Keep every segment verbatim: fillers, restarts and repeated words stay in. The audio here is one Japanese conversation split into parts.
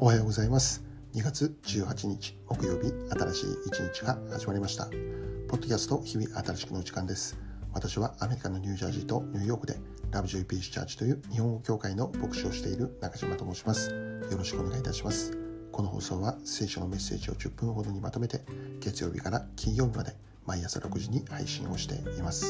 おはようございます。にがつじゅうはちにち木曜日、新しい一日が始まりました。ポッドキャスト日々新しくの時間です。私はアメリカのニュージャージーとニューヨークでラブジョイピースチャーチという日本語教会の牧師をしている中島と申します。よろしくお願いいたします。この放送は聖書のメッセージをじゅっぷんほどにまとめて月曜日から金曜日まで毎朝ろくじに配信をしています。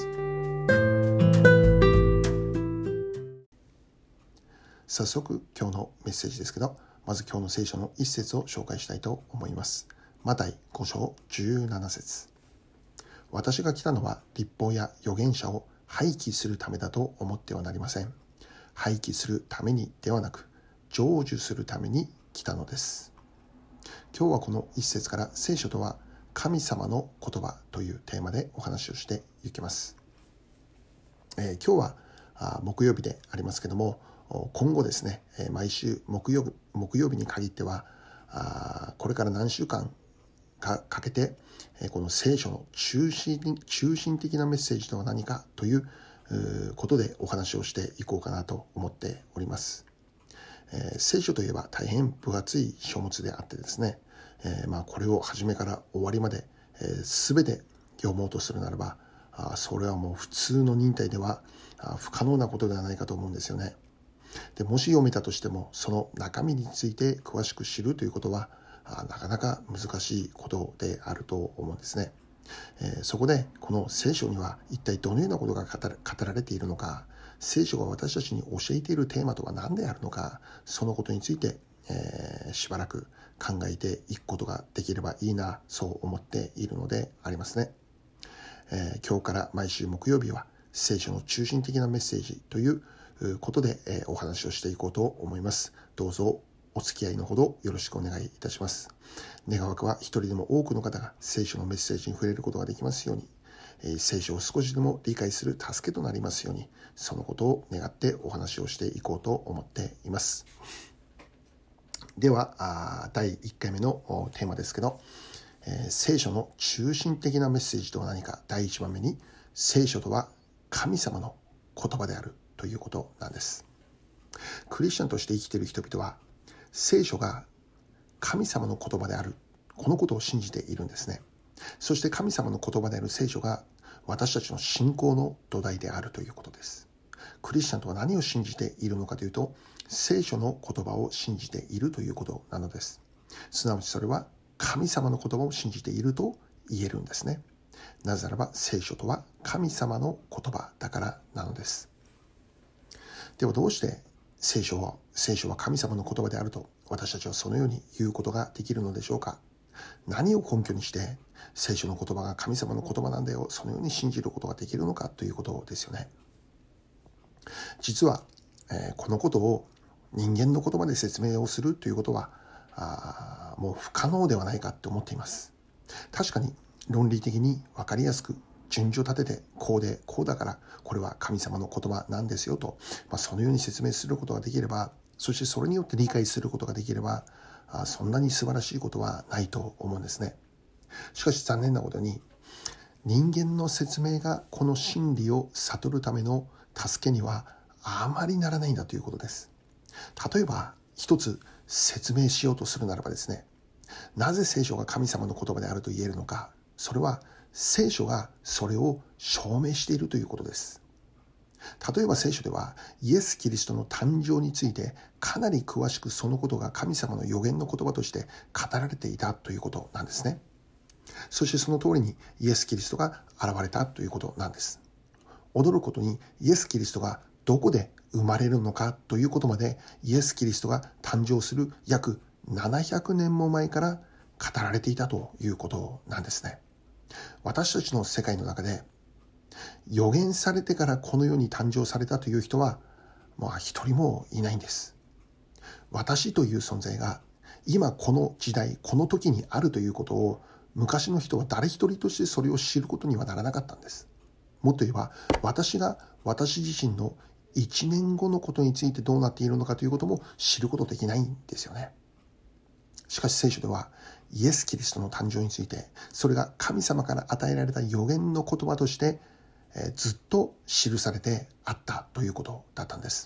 早速今日のメッセージですけど、まず今日の聖書の一節を紹介したいと思います。マタイご章じゅうなな節。私が来たのは律法や預言者を廃棄するためだと思ってはなりません。廃棄するためにではなく、成就するために来たのです。今日はこの一節から聖書とは神様の言葉というテーマでお話をしていきます。えー、今日はあ木曜日でありますけども、今後ですね、毎週木曜日、木曜日に限っては、これから何週間かかけて、この聖書の中心、中心的なメッセージとは何かということでお話をしていこうかなと思っております。聖書といえば大変分厚い書物であってですね、まあこれを初めから終わりまで全て読もうとするならば、それはもう普通の忍耐では不可能なことではないかと思うんですよね。でもし読めたとしても、その中身について詳しく知るということはなかなか難しいことであると思うんですね。えー、そこでこの聖書には一体どのようなことが語ら、語られているのか、聖書が私たちに教えているテーマとは何であるのか、そのことについて、えー、しばらく考えていくことができればいいな、そう思っているのでありますね。えー、今日から毎週木曜日は聖書の中心的なメッセージということで、えー、お話をしていこうと思います。どうぞお付き合いのほどよろしくお願いいたします。願わくは一人でも多くの方が聖書のメッセージに触れることができますように、えー、聖書を少しでも理解する助けとなりますように、そのことを願ってお話をしていこうと思っています。では、だいいっかいめのテーマですけど、えー、聖書の中心的なメッセージとは何か、だいいちばんめに、聖書とは神様の言葉であるということなんです。クリスチャンとして生きている人々は、聖書が神様の言葉である、このことを信じているんですね。そして神様の言葉である聖書が私たちの信仰の土台であるということです。クリスチャンとは何を信じているのかというと、聖書の言葉を信じているということなのです。すなわちそれは神様の言葉を信じていると言えるんですね。なぜならば聖書とは神様の言葉だからなのです。ではどうして聖書は、聖書は神様の言葉であると私たちはそのように言うことができるのでしょうか。何を根拠にして聖書の言葉が神様の言葉なんだよ、そのように信じることができるのかということですよね。実は、えー、このことを人間の言葉で説明をするということはあもう不可能ではないかと思っています。確かに論理的に分かりやすく順序立てて、こうでこうだからこれは神様の言葉なんですよと、まあ、そのように説明することができれば、そしてそれによって理解することができれば、あそんなに素晴らしいことはないと思うんですね。しかし残念なことに、人間の説明がこの真理を悟るための助けにはあまりならないんだということです。例えば一つ説明しようとするならばですね、なぜ聖書が神様の言葉であると言えるのか、それは聖書がそれを証明しているということです。例えば聖書ではイエス・キリストの誕生についてかなり詳しくそのことが神様の預言の言葉として語られていたということなんですね。そしてその通りにイエス・キリストが現れたということなんです。驚くことにイエス・キリストがどこで生まれるのかということまで、イエス・キリストが誕生する約ななひゃくねんも前から語られていたということなんですね。私たちの世界の中で予言されてからこの世に誕生されたという人はまあ一人もいないんです。私という存在が今この時代この時にあるということを昔の人は誰一人としてそれを知ることにはならなかったんです。もっと言えば私が私自身のいちねんごのことについてどうなっているのかということも知ることできないんですよね。しかし聖書ではイエス・キリストの誕生について、それが神様から与えられた預言の言葉として、えー、ずっと記されてあったということだったんです。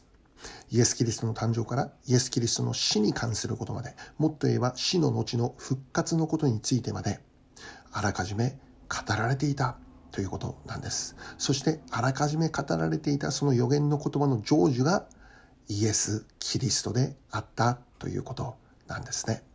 イエス・キリストの誕生からイエス・キリストの死に関することまで、もっと言えば死の後の復活のことについてまで、あらかじめ語られていたということなんです。そしてあらかじめ語られていたその預言の言葉の成就がイエス・キリストであったということなんですね。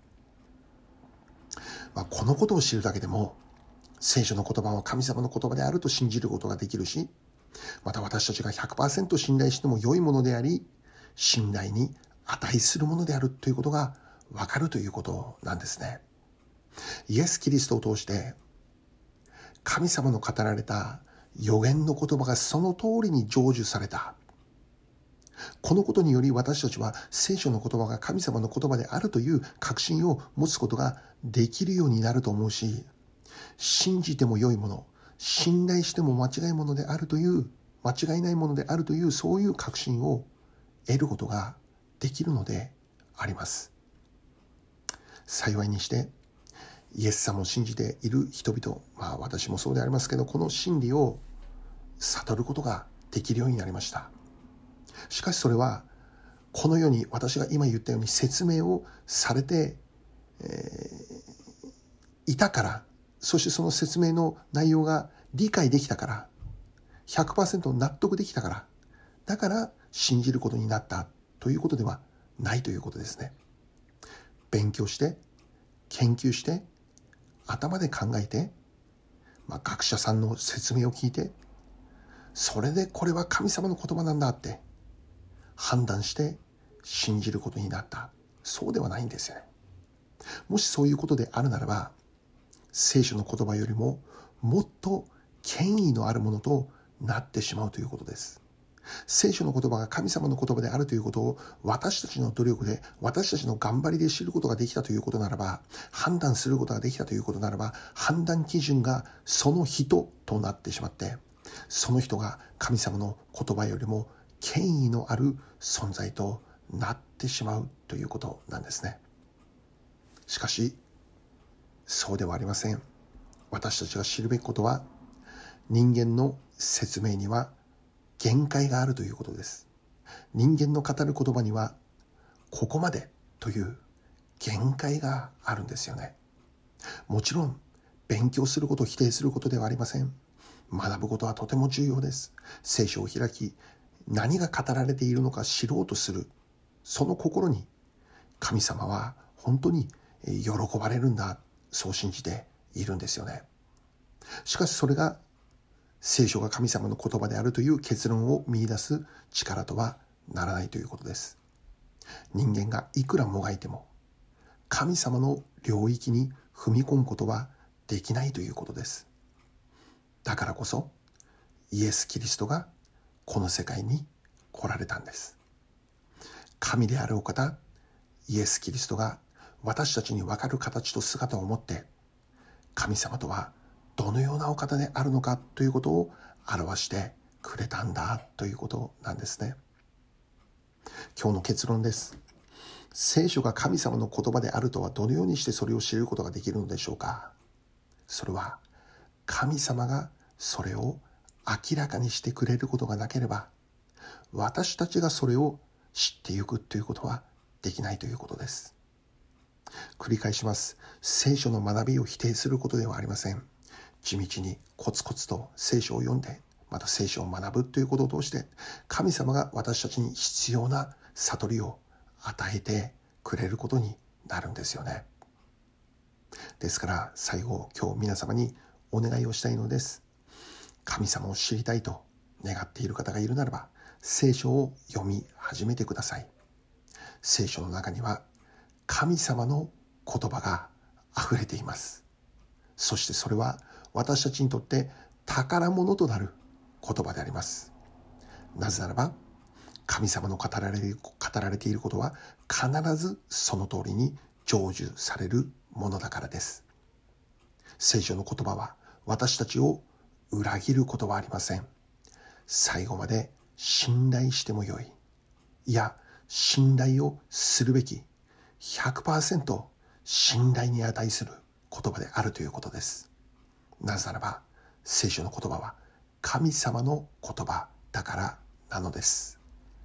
まあ、このことを知るだけでも、聖書の言葉は神様の言葉であると信じることができるし、また私たちが ひゃくパーセント 信頼しても良いものであり、信頼に値するものであるということがわかるということなんですね。イエス・キリストを通して神様の語られた預言の言葉がその通りに成就された。このことにより私たちは聖書の言葉が神様の言葉であるという確信を持つことができるようになると思うし、信じても良いもの、信頼しても間違いものであるという、間違いないものであるという、そういう確信を得ることができるのであります。幸いにしてイエス様を信じている人々、まあ私もそうでありますけど、この真理を悟ることができるようになりました。しかしそれはこのように私が今言ったように説明をされて、えー、いたから、そしてその説明の内容が理解できたから、ひゃくパーセント 納得できたから、だから信じることになったということではないということですね。勉強して、研究して、頭で考えて、まあ、学者さんの説明を聞いて、それでこれは神様の言葉なんだって判断して信じることになった。そうではないんですよね。もしそういうことであるならば、聖書の言葉よりももっと権威のあるものとなってしまうということです。聖書の言葉が神様の言葉であるということを私たちの努力で、私たちの頑張りで知ることができたということならば、判断することができたということならば、判断基準がその人となってしまって、その人が神様の言葉よりも権威のある存在となってしまうということなんですね。しかし、そうではありません。私たちが知るべきことは、人間の説明には限界があるということです。人間の語る言葉にはここまでという限界があるんですよね。もちろん勉強することを否定することではありません。学ぶことはとても重要です。聖書を開き、何が語られているのか知ろうとする、その心に神様は本当に喜ばれるんだ、そう信じているんですよね。しかしそれが聖書が神様の言葉であるという結論を見出す力とはならないということです。人間がいくらもがいても神様の領域に踏み込むことはできないということです。だからこそイエス・キリストがこの世界に来られたんです。神であるお方イエス・キリストが私たちに分かる形と姿を持って、神様とはどのようなお方であるのかということを表してくれたんだということなんですね。今日の結論です。聖書が神様の言葉であるとはどのようにしてそれを知ることができるのでしょうか。それは神様がそれを明らかにしてくれることがなければ、私たちがそれを知っていくということはできないということです。繰り返します。聖書の学びを否定することではありません。地道にコツコツと聖書を読んで、また聖書を学ぶということを通して、神様が私たちに必要な悟りを与えてくれることになるんですよね。ですから最後、今日皆様にお願いをしたいのです。神様を知りたいと願っている方がいるならば、聖書を読み始めてください。聖書の中には神様の言葉があふれています。そしてそれは私たちにとって宝物となる言葉であります。なぜならば、神様の語られる、語られていることは必ずその通りに成就されるものだからです。聖書の言葉は私たちを裏切ることはありません。最後まで信頼してもよい。いや、信頼をするべき ひゃくパーセント 信頼に値する言葉であるということです。なぜならば、聖書の言葉は神様の言葉だからなのです。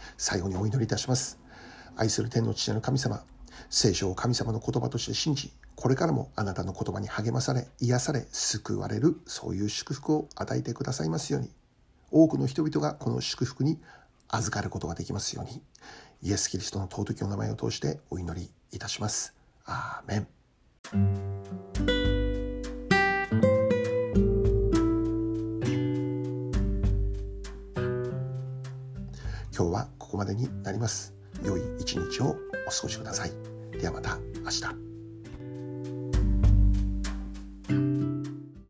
最後にお祈りいたします。愛する天の父なる神様、聖書を神様の言葉として信じ、これからもあなたの言葉に励まされ、癒され、救われる、そういう祝福を与えてくださいますように、多くの人々がこの祝福に預かることができますように、イエス・キリストの尊きお名前を通してお祈りいたします。アーメン。今日はここまでになります。良い一日をお過ごしください。ではまた明日。